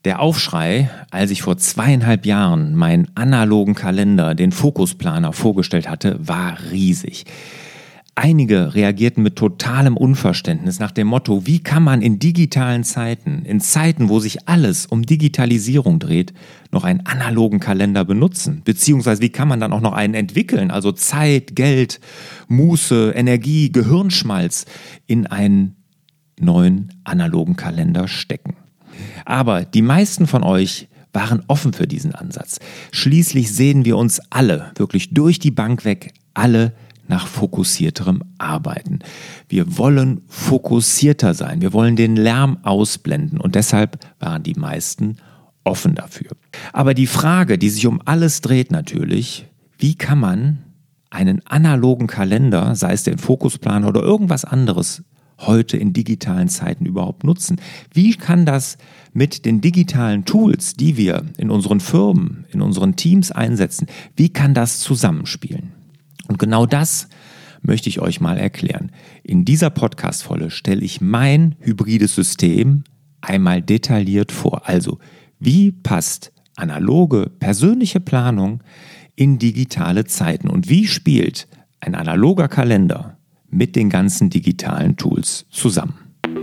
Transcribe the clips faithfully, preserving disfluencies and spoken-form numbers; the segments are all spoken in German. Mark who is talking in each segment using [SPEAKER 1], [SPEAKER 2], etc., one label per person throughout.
[SPEAKER 1] Der Aufschrei, als ich vor zweieinhalb Jahren meinen analogen Kalender, den Fokusplaner, vorgestellt hatte, war riesig. Einige reagierten mit totalem Unverständnis nach dem Motto, wie kann man in digitalen Zeiten, in Zeiten, wo sich alles um Digitalisierung dreht, noch einen analogen Kalender benutzen? Beziehungsweise wie kann man dann auch noch einen entwickeln, also Zeit, Geld, Muße, Energie, Gehirnschmalz in einen neuen analogen Kalender stecken? Aber die meisten von euch waren offen für diesen Ansatz. Schließlich sehen wir uns alle, wirklich durch die Bank weg, alle nach fokussierterem Arbeiten. Wir wollen fokussierter sein, wir wollen den Lärm ausblenden und deshalb waren die meisten offen dafür. Aber die Frage, die sich um alles dreht natürlich, wie kann man einen analogen Kalender, sei es den Fokusplaner oder irgendwas anderes, heute in digitalen Zeiten überhaupt nutzen? Wie kann das mit den digitalen Tools, die wir in unseren Firmen, in unseren Teams einsetzen, wie kann das zusammenspielen? Und genau das möchte ich euch mal erklären. In dieser Podcast-Folge stelle ich mein hybrides System einmal detailliert vor. Also, wie passt analoge, persönliche Planung in digitale Zeiten? Und wie spielt ein analoger Kalender mit den ganzen digitalen Tools zusammen?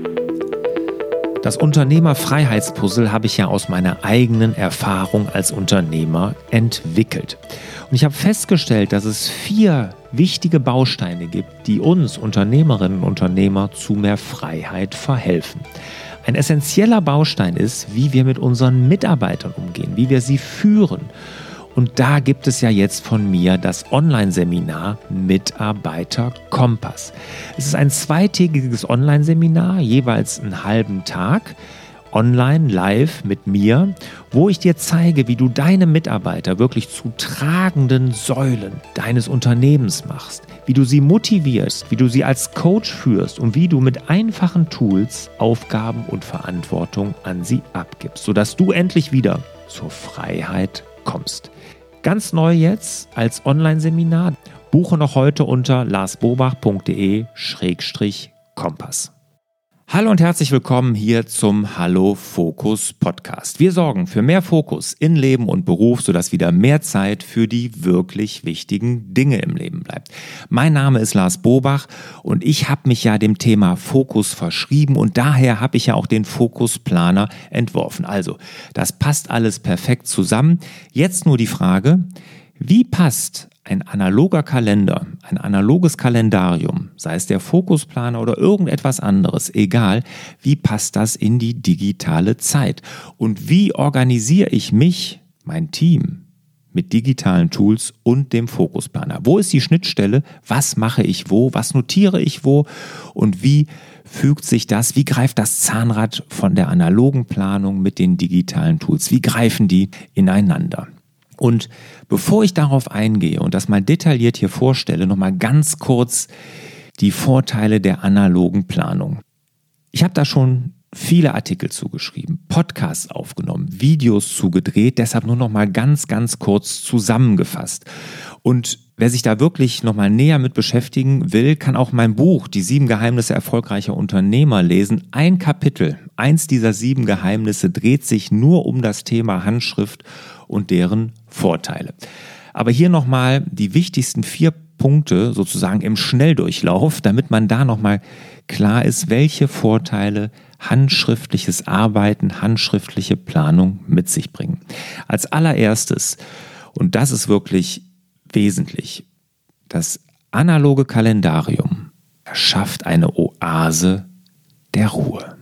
[SPEAKER 1] Das Unternehmerfreiheitspuzzle habe ich ja aus meiner eigenen Erfahrung als Unternehmer entwickelt. Und ich habe festgestellt, dass es vier wichtige Bausteine gibt, die uns Unternehmerinnen und Unternehmer zu mehr Freiheit verhelfen. Ein essentieller Baustein ist, wie wir mit unseren Mitarbeitern umgehen, wie wir sie führen. Und da gibt es ja jetzt von mir das Online-Seminar Mitarbeiter Kompass. Es ist ein zweitägiges Online-Seminar, jeweils einen halben Tag, online, live mit mir, wo ich dir zeige, wie du deine Mitarbeiter wirklich zu tragenden Säulen deines Unternehmens machst, wie du sie motivierst, wie du sie als Coach führst und wie du mit einfachen Tools Aufgaben und Verantwortung an sie abgibst, sodass du endlich wieder zur Freiheit kommst. Ganz neu jetzt als Online-Seminar. Buche noch heute unter larsbobach punkt de Schrägstrich Kompass. Hallo und herzlich willkommen hier zum Hallo Fokus Podcast. Wir sorgen für mehr Fokus in Leben und Beruf, sodass wieder mehr Zeit für die wirklich wichtigen Dinge im Leben bleibt. Mein Name ist Lars Bobach und ich habe mich ja dem Thema Fokus verschrieben und daher habe ich ja auch den Fokusplaner entworfen. Also, das passt alles perfekt zusammen. Jetzt nur die Frage, wie passt ein analoger Kalender, ein analoges Kalendarium, sei es der Fokusplaner oder irgendetwas anderes, egal, wie passt das in die digitale Zeit? Und wie organisiere ich mich, mein Team, mit digitalen Tools und dem Fokusplaner? Wo ist die Schnittstelle? Was mache ich wo? Was notiere ich wo? Und wie fügt sich das, wie greift das Zahnrad von der analogen Planung mit den digitalen Tools? Wie greifen die ineinander? Und bevor ich darauf eingehe und das mal detailliert hier vorstelle, nochmal ganz kurz die Vorteile der analogen Planung. Ich habe da schon viele Artikel zugeschrieben, Podcasts aufgenommen, Videos zugedreht, deshalb nur nochmal ganz, ganz kurz zusammengefasst. Und wer sich da wirklich nochmal näher mit beschäftigen will, kann auch mein Buch, Die sieben Geheimnisse erfolgreicher Unternehmer, lesen. Ein Kapitel, eins dieser sieben Geheimnisse dreht sich nur um das Thema Handschrift und deren Vorteile. Aber hier nochmal die wichtigsten vier Punkte sozusagen im Schnelldurchlauf, damit man da nochmal klar ist, welche Vorteile handschriftliches Arbeiten, handschriftliche Planung mit sich bringen. Als allererstes, und das ist wirklich wesentlich, das analoge Kalendarium erschafft eine Oase der Ruhe.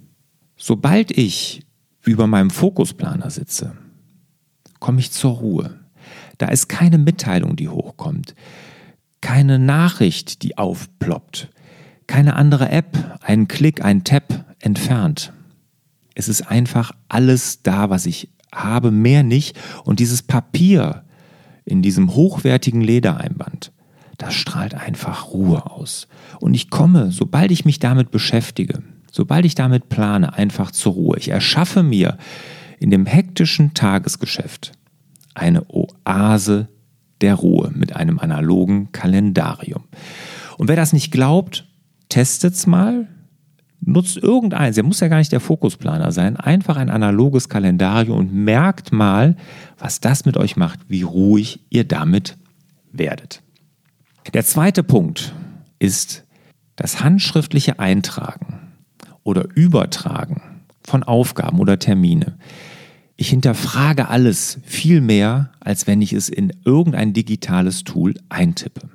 [SPEAKER 1] Sobald ich über meinem Fokusplaner sitze, komme ich zur Ruhe. Da ist keine Mitteilung, die hochkommt, keine Nachricht, die aufploppt, keine andere App, ein Klick, ein Tab entfernt. Es ist einfach alles da, was ich habe, mehr nicht. Und dieses Papier in diesem hochwertigen Ledereinband, das strahlt einfach Ruhe aus. Und ich komme, sobald ich mich damit beschäftige, sobald ich damit plane, einfach zur Ruhe. Ich erschaffe mir in dem hektischen Tagesgeschäft eine Oase der Ruhe mit einem analogen Kalendarium. Und wer das nicht glaubt, testet's mal. nutzt irgendeins, der muss ja gar nicht der Fokusplaner sein, einfach ein analoges Kalendarium und merkt mal, was das mit euch macht, wie ruhig ihr damit werdet. Der zweite Punkt ist das handschriftliche Eintragen oder Übertragen von Aufgaben oder Termine. Ich hinterfrage alles viel mehr, als wenn ich es in irgendein digitales Tool eintippe.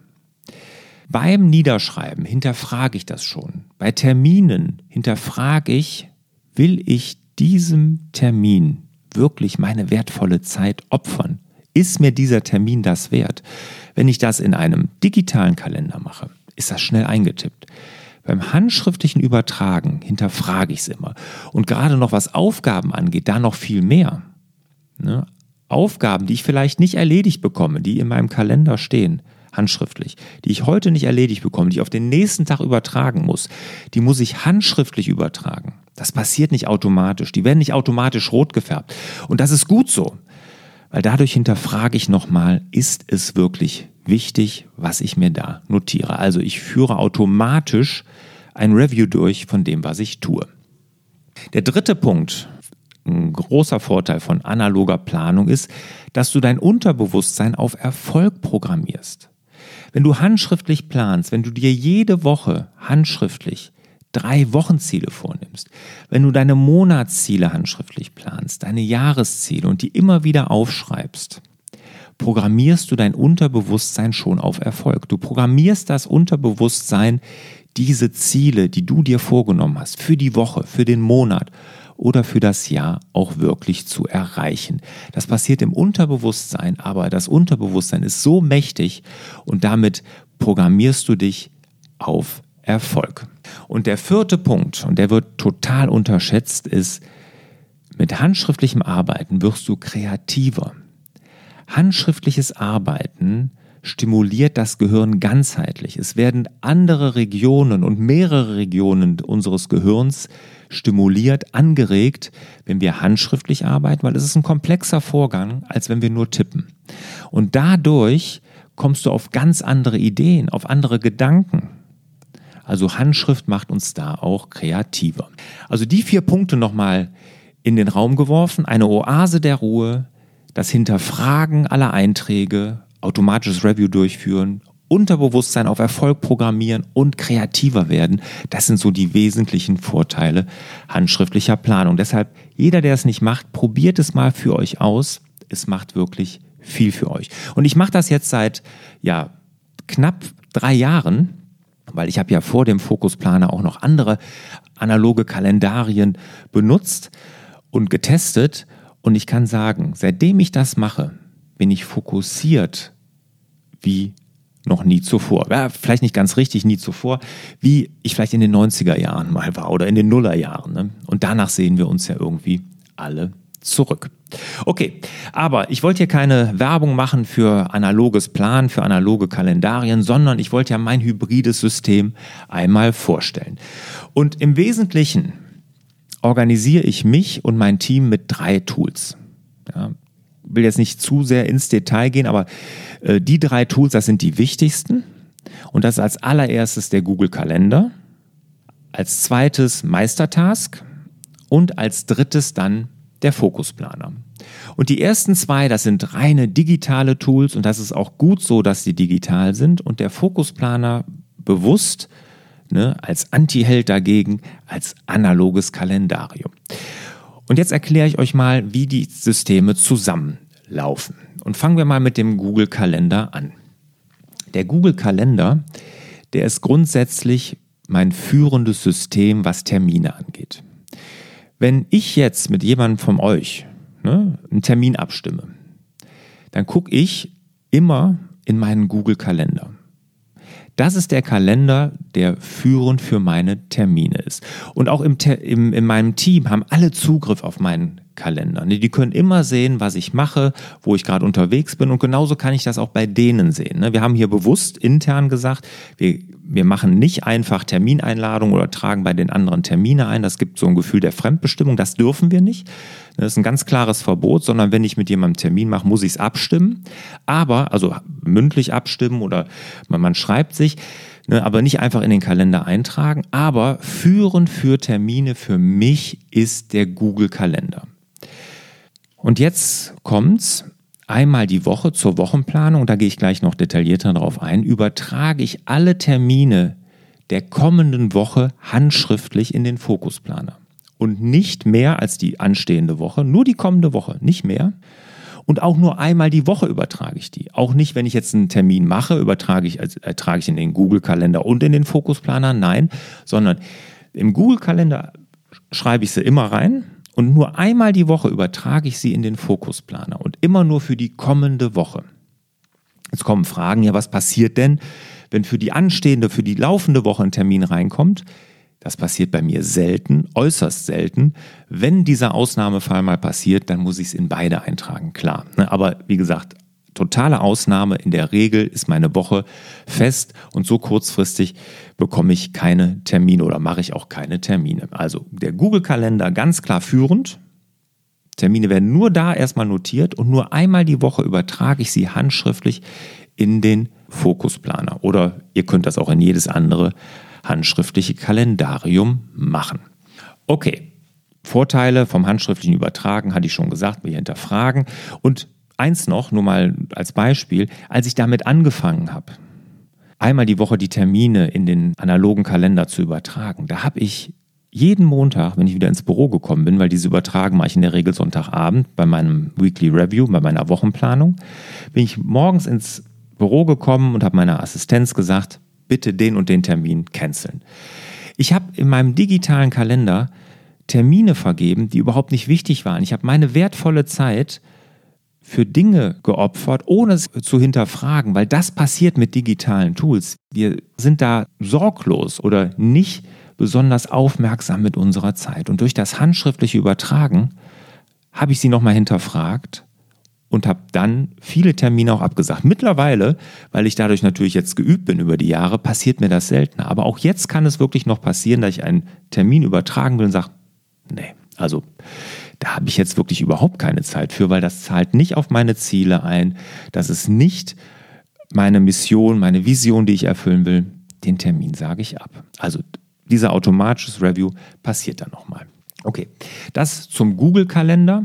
[SPEAKER 1] Beim Niederschreiben hinterfrage ich das schon. Bei Terminen hinterfrage ich, will ich diesem Termin wirklich meine wertvolle Zeit opfern? Ist mir dieser Termin das wert? Wenn ich das in einem digitalen Kalender mache, ist das schnell eingetippt. Beim handschriftlichen Übertragen hinterfrage ich es immer. Und gerade noch was Aufgaben angeht, da noch viel mehr. Ne? Aufgaben, die ich vielleicht nicht erledigt bekomme, die in meinem Kalender stehen, handschriftlich, die ich heute nicht erledigt bekomme, die ich auf den nächsten Tag übertragen muss, die muss ich handschriftlich übertragen. Das passiert nicht automatisch. Die werden nicht automatisch rot gefärbt. Und das ist gut so, weil dadurch hinterfrage ich nochmal, ist es wirklich wichtig, was ich mir da notiere. Also ich führe automatisch ein Review durch von dem, was ich tue. Der dritte Punkt, ein großer Vorteil von analoger Planung ist, dass du dein Unterbewusstsein auf Erfolg programmierst. Wenn du handschriftlich planst, wenn du dir jede Woche handschriftlich drei Wochenziele vornimmst, wenn du deine Monatsziele handschriftlich planst, deine Jahresziele und die immer wieder aufschreibst, programmierst du dein Unterbewusstsein schon auf Erfolg. Du programmierst das Unterbewusstsein, diese Ziele, die du dir vorgenommen hast, für die Woche, für den Monat oder für das Jahr auch wirklich zu erreichen. Das passiert im Unterbewusstsein, aber das Unterbewusstsein ist so mächtig und damit programmierst du dich auf Erfolg. Und der vierte Punkt, und der wird total unterschätzt, ist, mit handschriftlichem Arbeiten wirst du kreativer. Handschriftliches Arbeiten stimuliert das Gehirn ganzheitlich. Es werden andere Regionen und mehrere Regionen unseres Gehirns stimuliert, angeregt, wenn wir handschriftlich arbeiten, weil es ist ein komplexer Vorgang, als wenn wir nur tippen. Und dadurch kommst du auf ganz andere Ideen, auf andere Gedanken. Also Handschrift macht uns da auch kreativer. Also die vier Punkte nochmal in den Raum geworfen. Eine Oase der Ruhe, das Hinterfragen aller Einträge, automatisches Review durchführen, Unterbewusstsein auf Erfolg programmieren und kreativer werden. Das sind so die wesentlichen Vorteile handschriftlicher Planung. Deshalb, jeder, der es nicht macht, probiert es mal für euch aus. Es macht wirklich viel für euch. Und ich mache das jetzt seit ja, knapp drei Jahren, weil ich habe ja vor dem Fokusplaner auch noch andere analoge Kalendarien benutzt und getestet. Und ich kann sagen, seitdem ich das mache, bin ich fokussiert wie noch nie zuvor. Ja, vielleicht nicht ganz richtig, nie zuvor, wie ich vielleicht in den neunziger Jahren mal war oder in den Nullerjahren. Ne? Und danach sehen wir uns ja irgendwie alle zurück. Okay, aber ich wollte hier keine Werbung machen für analoges Planen, für analoge Kalendarien, sondern ich wollte ja mein hybrides System einmal vorstellen. Und im Wesentlichen organisiere ich mich und mein Team mit drei Tools. Ja, will jetzt nicht zu sehr ins Detail gehen, aber äh, die drei Tools, das sind die wichtigsten. Und das ist als allererstes der Google Kalender, als zweites Meistertask und als drittes dann der Fokusplaner. Und die ersten zwei, das sind reine digitale Tools und das ist auch gut so, dass sie digital sind und der Fokusplaner bewusst, ne, als Anti-Held dagegen, als analoges Kalendarium. Und jetzt erkläre ich euch mal, wie die Systeme zusammenlaufen. Und fangen wir mal mit dem Google Kalender an. Der Google Kalender, der ist grundsätzlich mein führendes System, was Termine angeht. Wenn ich jetzt mit jemandem von euch ne, einen Termin abstimme, dann gucke ich immer in meinen Google Kalender. Das ist der Kalender, der führend für meine Termine ist. Und auch im, im, in meinem Team haben alle Zugriff auf meinen Kalender. Die können immer sehen, was ich mache, wo ich gerade unterwegs bin. Und genauso kann ich das auch bei denen sehen. Wir haben hier bewusst intern gesagt, wir, wir machen nicht einfach Termineinladungen oder tragen bei den anderen Termine ein. Das gibt so ein Gefühl der Fremdbestimmung. Das dürfen wir nicht. Das ist ein ganz klares Verbot, sondern wenn ich mit jemandem einen Termin mache, muss ich es abstimmen. Aber, also mündlich abstimmen oder man, man schreibt sich, Ne, aber nicht einfach in den Kalender eintragen. Aber führend für Termine für mich ist der Google-Kalender. Und jetzt kommt's. Einmal die Woche zur Wochenplanung, da gehe ich gleich noch detaillierter drauf ein, übertrage ich alle Termine der kommenden Woche handschriftlich in den Fokusplaner. Und nicht mehr als die anstehende Woche, nur die kommende Woche, nicht mehr. Und auch nur einmal die Woche übertrage ich die. Auch nicht, wenn ich jetzt einen Termin mache, übertrage ich, also, äh, trage ich in den Google-Kalender und in den Fokusplaner, nein, sondern im Google-Kalender schreibe ich sie immer rein. Und nur einmal die Woche übertrage ich sie in den Fokusplaner und immer nur für die kommende Woche. Jetzt kommen Fragen, ja, was passiert denn, wenn für die anstehende, für die laufende Woche ein Termin reinkommt? Das passiert bei mir selten, äußerst selten. Wenn dieser Ausnahmefall mal passiert, dann muss ich es in beide eintragen, klar. Aber wie gesagt, totale Ausnahme. In der Regel ist meine Woche fest und so kurzfristig bekomme ich keine Termine oder mache ich auch keine Termine. Also der Google-Kalender ganz klar führend. Termine werden nur da erstmal notiert und nur einmal die Woche übertrage ich sie handschriftlich in den Fokusplaner. Oder ihr könnt das auch in jedes andere handschriftliche Kalendarium machen. Okay, Vorteile vom handschriftlichen Übertragen hatte ich schon gesagt, wir hinterfragen. Und eins noch, nur mal als Beispiel, als ich damit angefangen habe, einmal die Woche die Termine in den analogen Kalender zu übertragen, da habe ich jeden Montag, wenn ich wieder ins Büro gekommen bin, weil diese Übertragen mache ich in der Regel Sonntagabend bei meinem Weekly Review, bei meiner Wochenplanung, bin ich morgens ins Büro gekommen und habe meiner Assistenz gesagt, bitte den und den Termin canceln. Ich habe in meinem digitalen Kalender Termine vergeben, die überhaupt nicht wichtig waren. Ich habe meine wertvolle Zeit für Dinge geopfert, ohne es zu hinterfragen, weil das passiert mit digitalen Tools. Wir sind da sorglos oder nicht besonders aufmerksam mit unserer Zeit. Und durch das handschriftliche Übertragen habe ich sie nochmal hinterfragt und habe dann viele Termine auch abgesagt. Mittlerweile, weil ich dadurch natürlich jetzt geübt bin über die Jahre, passiert mir das seltener. Aber auch jetzt kann es wirklich noch passieren, dass ich einen Termin übertragen will und sage, nee, also da habe ich jetzt wirklich überhaupt keine Zeit für, weil das zahlt nicht auf meine Ziele ein. Das ist nicht meine Mission, meine Vision, die ich erfüllen will. Den Termin sage ich ab. Also dieser automatische Review passiert dann nochmal. Okay, das zum Google-Kalender.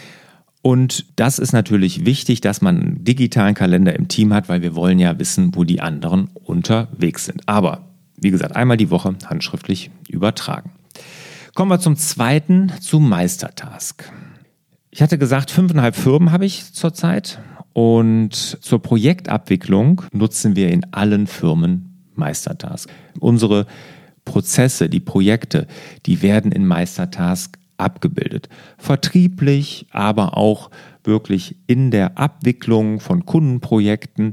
[SPEAKER 1] Und das ist natürlich wichtig, dass man einen digitalen Kalender im Team hat, weil wir wollen ja wissen, wo die anderen unterwegs sind. Aber wie gesagt, einmal die Woche handschriftlich übertragen. Kommen wir zum zweiten, zu Meistertask. Ich hatte gesagt, fünfeinhalb Firmen habe ich zurzeit und zur Projektabwicklung nutzen wir in allen Firmen Meistertask. Unsere Prozesse, die Projekte, die werden in Meistertask abgebildet. Vertrieblich, aber auch wirklich in der Abwicklung von Kundenprojekten.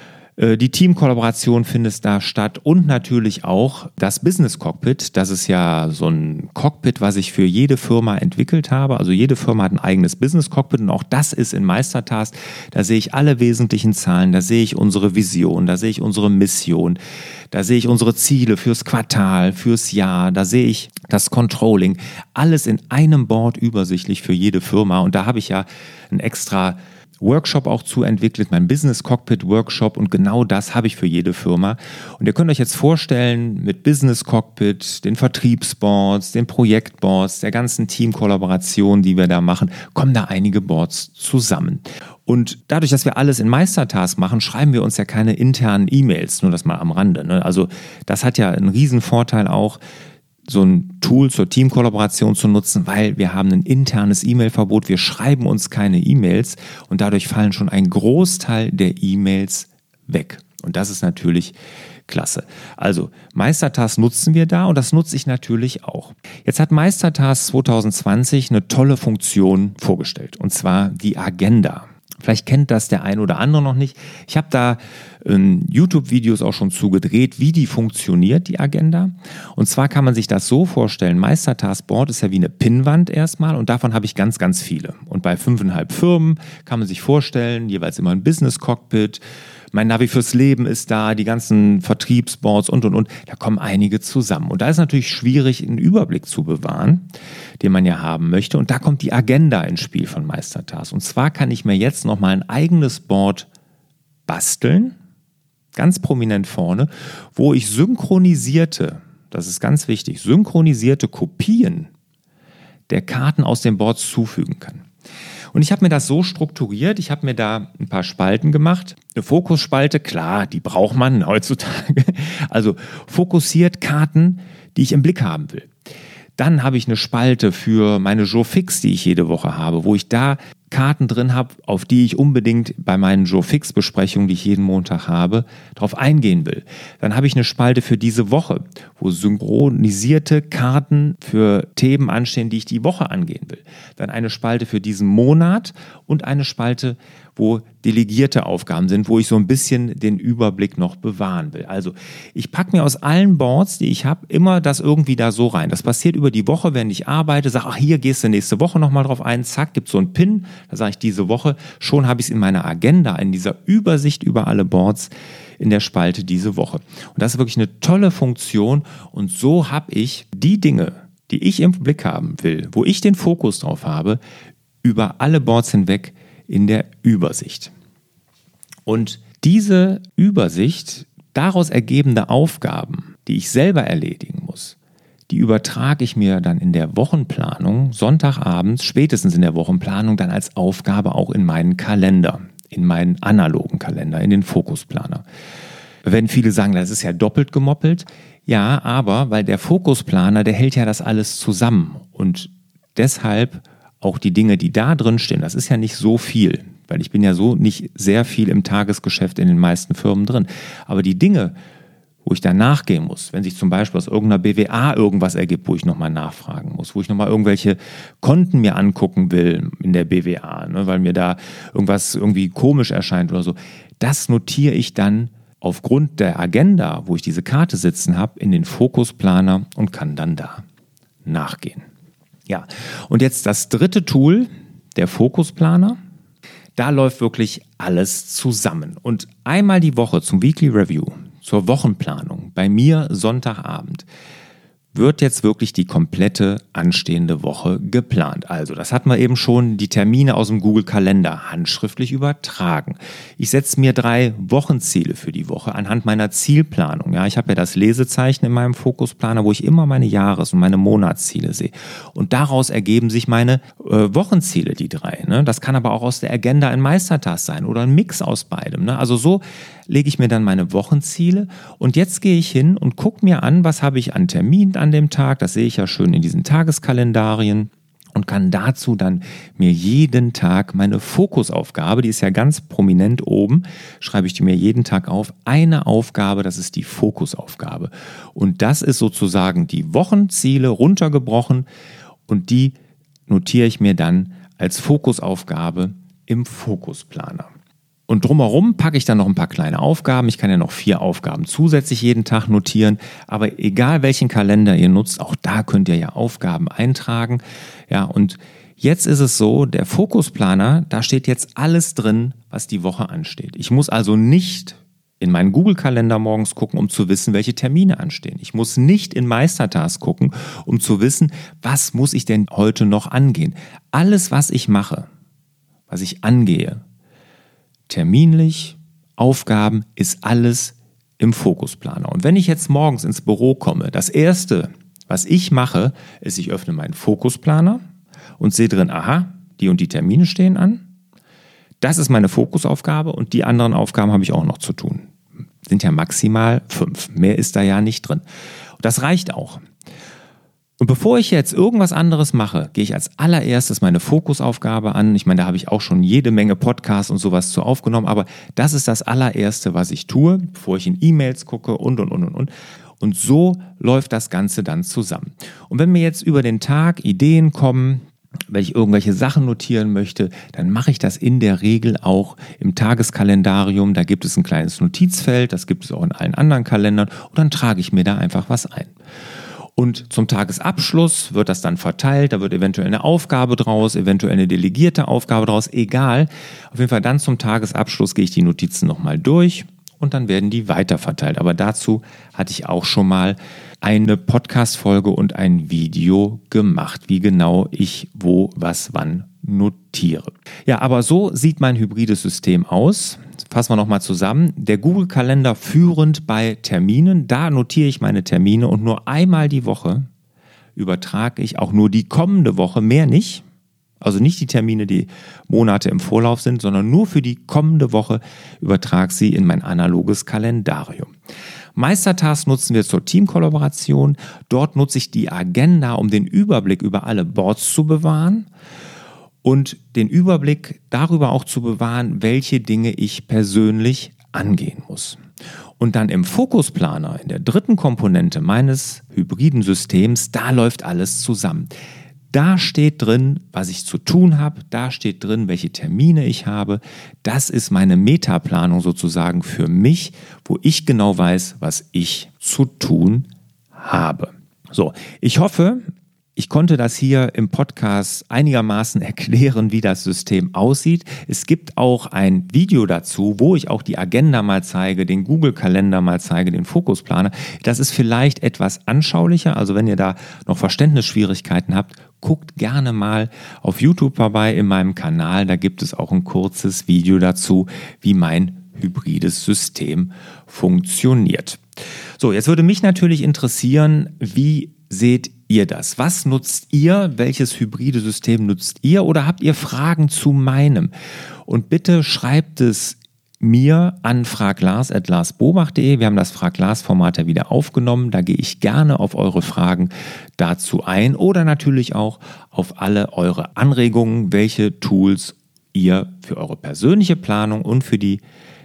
[SPEAKER 1] Die Teamkollaboration findet da statt und natürlich auch das Business Cockpit. Das ist ja so ein Cockpit, was ich für jede Firma entwickelt habe. Also jede Firma hat ein eigenes Business Cockpit und auch das ist in Meistertask. Da sehe ich alle wesentlichen Zahlen, da sehe ich unsere Vision, da sehe ich unsere Mission, da sehe ich unsere Ziele fürs Quartal, fürs Jahr, da sehe ich das Controlling. Alles in einem Board übersichtlich für jede Firma und da habe ich ja ein extra Workshop auch zu entwickelt, mein Business Cockpit Workshop und genau das habe ich für jede Firma. Und ihr könnt euch jetzt vorstellen, mit Business Cockpit, den Vertriebsboards, den Projektboards, der ganzen Teamkollaboration, die wir da machen, kommen da einige Boards zusammen. Und dadurch, dass wir alles in Meistertask machen, schreiben wir uns ja keine internen E-Mails, nur das mal am Rande. Ne? Also das hat ja einen riesen Vorteil auch, so ein Tool zur Teamkollaboration zu nutzen, weil wir haben ein internes E-Mail-Verbot, wir schreiben uns keine E-Mails und dadurch fallen schon ein Großteil der E-Mails weg. Und das ist natürlich klasse. Also Meistertask nutzen wir da und das nutze ich natürlich auch. Jetzt hat Meistertask zwanzig zwanzig eine tolle Funktion vorgestellt und zwar die Agenda. Vielleicht kennt das der ein oder andere noch nicht. Ich habe da ähm, YouTube-Videos auch schon zugedreht, wie die funktioniert, die Agenda. Und zwar kann man sich das so vorstellen, Meistertask-Board ist ja wie eine Pinnwand erstmal und davon habe ich ganz, ganz viele. Und bei fünfeinhalb Firmen kann man sich vorstellen, jeweils immer ein Business-Cockpit, mein Navi fürs Leben ist da, die ganzen Vertriebsboards und, und, und. Da kommen einige zusammen. Und da ist natürlich schwierig, einen Überblick zu bewahren, den man ja haben möchte. Und da kommt die Agenda ins Spiel von Meistertask. Und zwar kann ich mir jetzt nochmal ein eigenes Board basteln. ganz prominent vorne, wo ich synchronisierte, das ist ganz wichtig, synchronisierte Kopien der Karten aus den Boards zufügen kann. Und ich habe mir das so strukturiert, ich habe mir da ein paar Spalten gemacht. Eine Fokusspalte, klar, die braucht man heutzutage. Also fokussiert Karten, die ich im Blick haben will. Dann habe ich eine Spalte für meine Joe Fix, die ich jede Woche habe, wo ich da Karten drin habe, auf die ich unbedingt bei meinen Joe Fix Besprechungen, die ich jeden Montag habe, drauf eingehen will. Dann habe ich eine Spalte für diese Woche, wo synchronisierte Karten für Themen anstehen, die ich die Woche angehen will. Dann eine Spalte für diesen Monat und eine Spalte, wo delegierte Aufgaben sind, wo ich so ein bisschen den Überblick noch bewahren will. Also ich packe mir aus allen Boards, die ich habe, immer das irgendwie da so rein. Das passiert über die Woche, wenn ich arbeite, sage, ach, hier gehst du nächste Woche nochmal drauf ein, zack, gibt so einen Pin, da sage ich diese Woche, schon habe ich es in meiner Agenda, in dieser Übersicht über alle Boards in der Spalte diese Woche. Und das ist wirklich eine tolle Funktion und so habe ich die Dinge, die ich im Blick haben will, wo ich den Fokus drauf habe, über alle Boards hinweg in der Übersicht. Und diese Übersicht, daraus ergebende Aufgaben, die ich selber erledigen muss, die übertrage ich mir dann in der Wochenplanung, Sonntagabends, spätestens in der Wochenplanung, dann als Aufgabe auch in meinen Kalender, in meinen analogen Kalender, in den Fokusplaner. Wenn viele sagen, das ist ja doppelt gemoppelt, ja, aber weil der Fokusplaner, der hält ja das alles zusammen und deshalb auch die Dinge, die da drin stehen, das ist ja nicht so viel, weil ich bin ja so nicht sehr viel im Tagesgeschäft in den meisten Firmen drin. Aber die Dinge, wo ich dann nachgehen muss, wenn sich zum Beispiel aus irgendeiner B W A irgendwas ergibt, wo ich nochmal nachfragen muss, wo ich nochmal irgendwelche Konten mir angucken will in der B W A, ne, weil mir da irgendwas irgendwie komisch erscheint oder so, das notiere ich dann aufgrund der Agenda, wo ich diese Karte sitzen habe, in den Fokusplaner und kann dann da nachgehen. Ja, und jetzt das dritte Tool, der Fokusplaner. Da läuft wirklich alles zusammen. Und einmal die Woche zum Weekly Review, zur Wochenplanung, bei mir Sonntagabend, wird jetzt wirklich die komplette anstehende Woche geplant. Also, das hatten wir eben schon, die Termine aus dem Google-Kalender handschriftlich übertragen. Ich setze mir drei Wochenziele für die Woche anhand meiner Zielplanung. Ja, ich habe ja das Lesezeichen in meinem Fokusplaner, wo ich immer meine Jahres- und meine Monatsziele sehe. Und daraus ergeben sich meine äh, Wochenziele, die drei. Ne? Das kann aber auch aus der Agenda ein Meistertask sein oder ein Mix aus beidem. Ne? Also so lege ich mir dann meine Wochenziele und jetzt gehe ich hin und gucke mir an, was habe ich an Terminen an dem Tag, das sehe ich ja schön in diesen Tageskalendarien und kann dazu dann mir jeden Tag meine Fokusaufgabe, die ist ja ganz prominent oben, schreibe ich die mir jeden Tag auf, eine Aufgabe, das ist die Fokusaufgabe und das ist sozusagen die Wochenziele runtergebrochen und die notiere ich mir dann als Fokusaufgabe im Fokusplaner. Und drumherum packe ich dann noch ein paar kleine Aufgaben. Ich kann ja noch vier Aufgaben zusätzlich jeden Tag notieren. Aber egal welchen Kalender ihr nutzt, auch da könnt ihr ja Aufgaben eintragen. Ja, und jetzt ist es so, der Fokusplaner, da steht jetzt alles drin, was die Woche ansteht. Ich muss also nicht in meinen Google-Kalender morgens gucken, um zu wissen, welche Termine anstehen. Ich muss nicht in Meistertask gucken, um zu wissen, was muss ich denn heute noch angehen. Alles, was ich mache, was ich angehe, terminlich, Aufgaben, ist alles im Fokusplaner. Und wenn ich jetzt morgens ins Büro komme, das Erste, was ich mache, ist, ich öffne meinen Fokusplaner und sehe drin, aha, die und die Termine stehen an. Das ist meine Fokusaufgabe und die anderen Aufgaben habe ich auch noch zu tun. Sind ja maximal fünf. Mehr ist da ja nicht drin. Das reicht auch. Und bevor ich jetzt irgendwas anderes mache, gehe ich als allererstes meine Fokusaufgabe an. Ich meine, da habe ich auch schon jede Menge Podcasts und sowas zu aufgenommen, aber das ist das allererste, was ich tue, bevor ich in E-Mails gucke und, und, und, und, und. Und so läuft das Ganze dann zusammen. Und wenn mir jetzt über den Tag Ideen kommen, wenn ich irgendwelche Sachen notieren möchte, dann mache ich das in der Regel auch im Tageskalendarium. Da gibt es ein kleines Notizfeld, das gibt es auch in allen anderen Kalendern und dann trage ich mir da einfach was ein. Und zum Tagesabschluss wird das dann verteilt, da wird eventuell eine Aufgabe draus, eventuell eine delegierte Aufgabe draus, egal. Auf jeden Fall dann zum Tagesabschluss gehe ich die Notizen nochmal durch und dann werden die weiterverteilt. Aber dazu hatte ich auch schon mal eine Podcast-Folge und ein Video gemacht, wie genau ich wo, was, wann notiere. Ja, aber so sieht mein hybrides System aus. fassen wir nochmal zusammen. Der Google-Kalender führend bei Terminen, da notiere ich meine Termine und nur einmal die Woche übertrage ich auch nur die kommende Woche, mehr nicht. Also nicht die Termine, die Monate im Vorlauf sind, sondern nur für die kommende Woche übertrage sie in mein analoges Kalendarium. Meistertask nutzen wir zur Teamkollaboration. Dort nutze ich die Agenda, um den Überblick über alle Boards zu bewahren und den Überblick darüber auch zu bewahren, welche Dinge ich persönlich angehen muss. Und dann im Fokusplaner, in der dritten Komponente meines hybriden Systems, da läuft alles zusammen. Da steht drin, was ich zu tun habe, da steht drin, welche Termine ich habe. Das ist meine Metaplanung sozusagen für mich, wo ich genau weiß, was ich zu tun habe. So, ich hoffe, ich konnte das hier im Podcast einigermaßen erklären, wie das System aussieht. Es gibt auch ein Video dazu, wo ich auch die Agenda mal zeige, den Google-Kalender mal zeige, den Fokusplaner. Das ist vielleicht etwas anschaulicher, also wenn ihr da noch Verständnisschwierigkeiten habt, guckt gerne mal auf YouTube vorbei in meinem Kanal. Da gibt es auch ein kurzes Video dazu, wie mein hybrides System funktioniert. So, jetzt würde mich natürlich interessieren, wie seht ihr das? Was nutzt ihr? Welches hybride System nutzt ihr? Oder habt ihr Fragen zu meinem? Und bitte schreibt es mir an fraglars at larsbobach punkt de. Wir haben das Frag-Lars-Format ja wieder aufgenommen. Da gehe ich gerne auf eure Fragen dazu ein oder natürlich auch auf alle eure Anregungen, welche Tools ihr für eure persönliche Planung und für die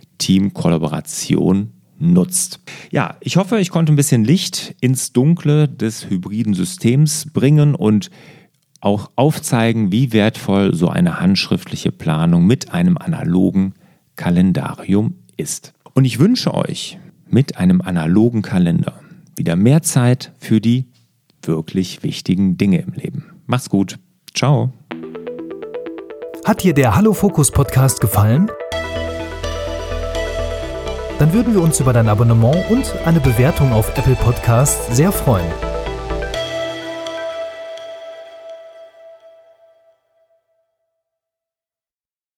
[SPEAKER 1] Teamkollaboration nutzt. Ja, ich hoffe, ich konnte ein bisschen Licht ins Dunkle des hybriden Systems bringen und auch aufzeigen, wie wertvoll so eine handschriftliche Planung mit einem analogen Kalendarium ist. Und ich wünsche euch mit einem analogen Kalender wieder mehr Zeit für die wirklich wichtigen Dinge im Leben. Macht's gut. Ciao.
[SPEAKER 2] Hat dir der Hallo Fokus Podcast gefallen? Dann würden wir uns über dein Abonnement und eine Bewertung auf Apple Podcasts sehr freuen.